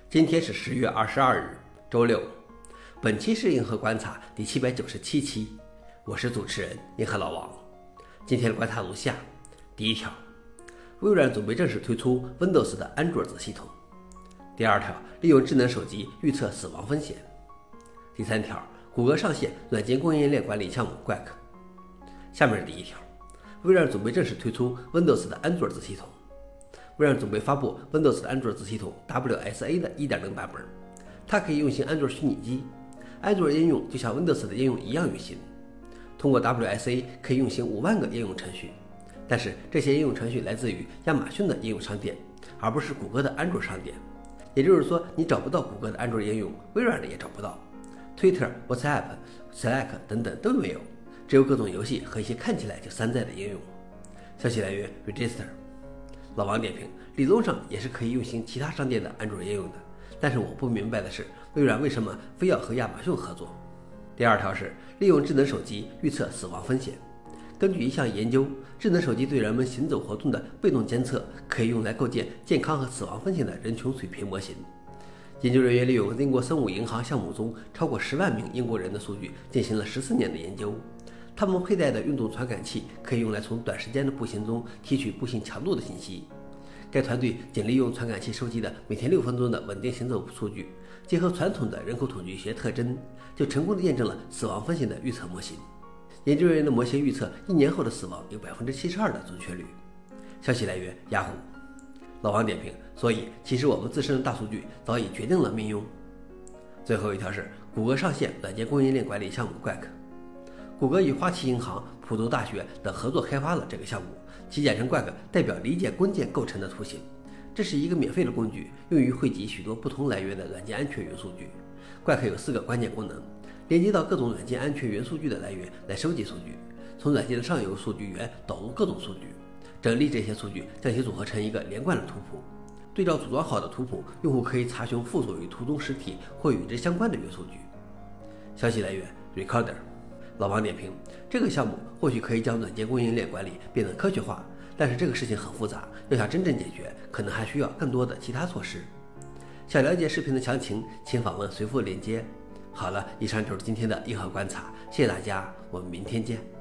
今天是10月22日，周六。本期是硬核观察第797期，我是主持人硬核老王。今天的观察如下：第一条，微软准备正式推出 Windows 的安卓子系统。第二条，利用智能手机预测死亡风险。第三条，谷歌上线软件供应链管理项目 Quake。下面是第一条，微软准备正式推出 Windows 的安卓子系统。微软准备发布 Windows 的安卓子系统 WSA 的 1.0 版本，它可以运行安卓虚拟机，安卓应用就像 Windows 的应用一样运行。通过 WSA 可以运行5万个应用程序，但是这些应用程序来自于亚马逊的应用商店，而不是谷歌的安卓商店。也就是说，你找不到谷歌的安卓应用，微软的也找不到 Twitter、WhatsApp、Slack 等等都没有，只有各种游戏和一些看起来就山寨的应用。消息来源 Register。老王点评：理论上也是可以运行其他商店的安卓应用的，但是我不明白的是，微软为什么非要和亚马逊合作？第二条是利用智能手机预测死亡风险。根据一项研究，智能手机对人们行走活动的被动监测，可以用来构建健康和死亡风险的人群水平模型。研究人员利用英国生物银行项目中超过10万名英国人的数据进行了14年的研究。他们佩戴的运动传感器可以用来从短时间的步行中提取步行强度的信息。该团队仅利用传感器收集的每天6分钟的稳定行走数据，结合传统的人口统计学特征，就成功地验证了死亡风险的预测模型。研究人员的模型预测1年后的死亡有72%的准确率。消息来源雅虎。老王点评：所以其实我们自身的大数据早已决定了命运。最后一条是谷歌上线软件供应链管理项目 Quake。谷歌与花旗银行、普渡大学等合作开发了这个项目，其简称 Quake 代表理解关键构成的图形。这是一个免费的工具，用于汇集许多不同来源的软件安全元数据。Quake 有4个关键功能：连接到各种软件安全元数据的来源来收集数据，从软件的上游数据源导入各种数据，整理这些数据，将其组合成一个连贯的图谱。对照组装好的图谱，用户可以查询附属于图中实体或与之相关的元数据。消息来源 Recorder。老王点评：这个项目或许可以将软件供应链管理变得科学化，但是这个事情很复杂，要想真正解决，可能还需要更多的其他措施。想了解视频的详情，请访问随附链接。好了，以上就是今天的硬核观察，谢谢大家，我们明天见。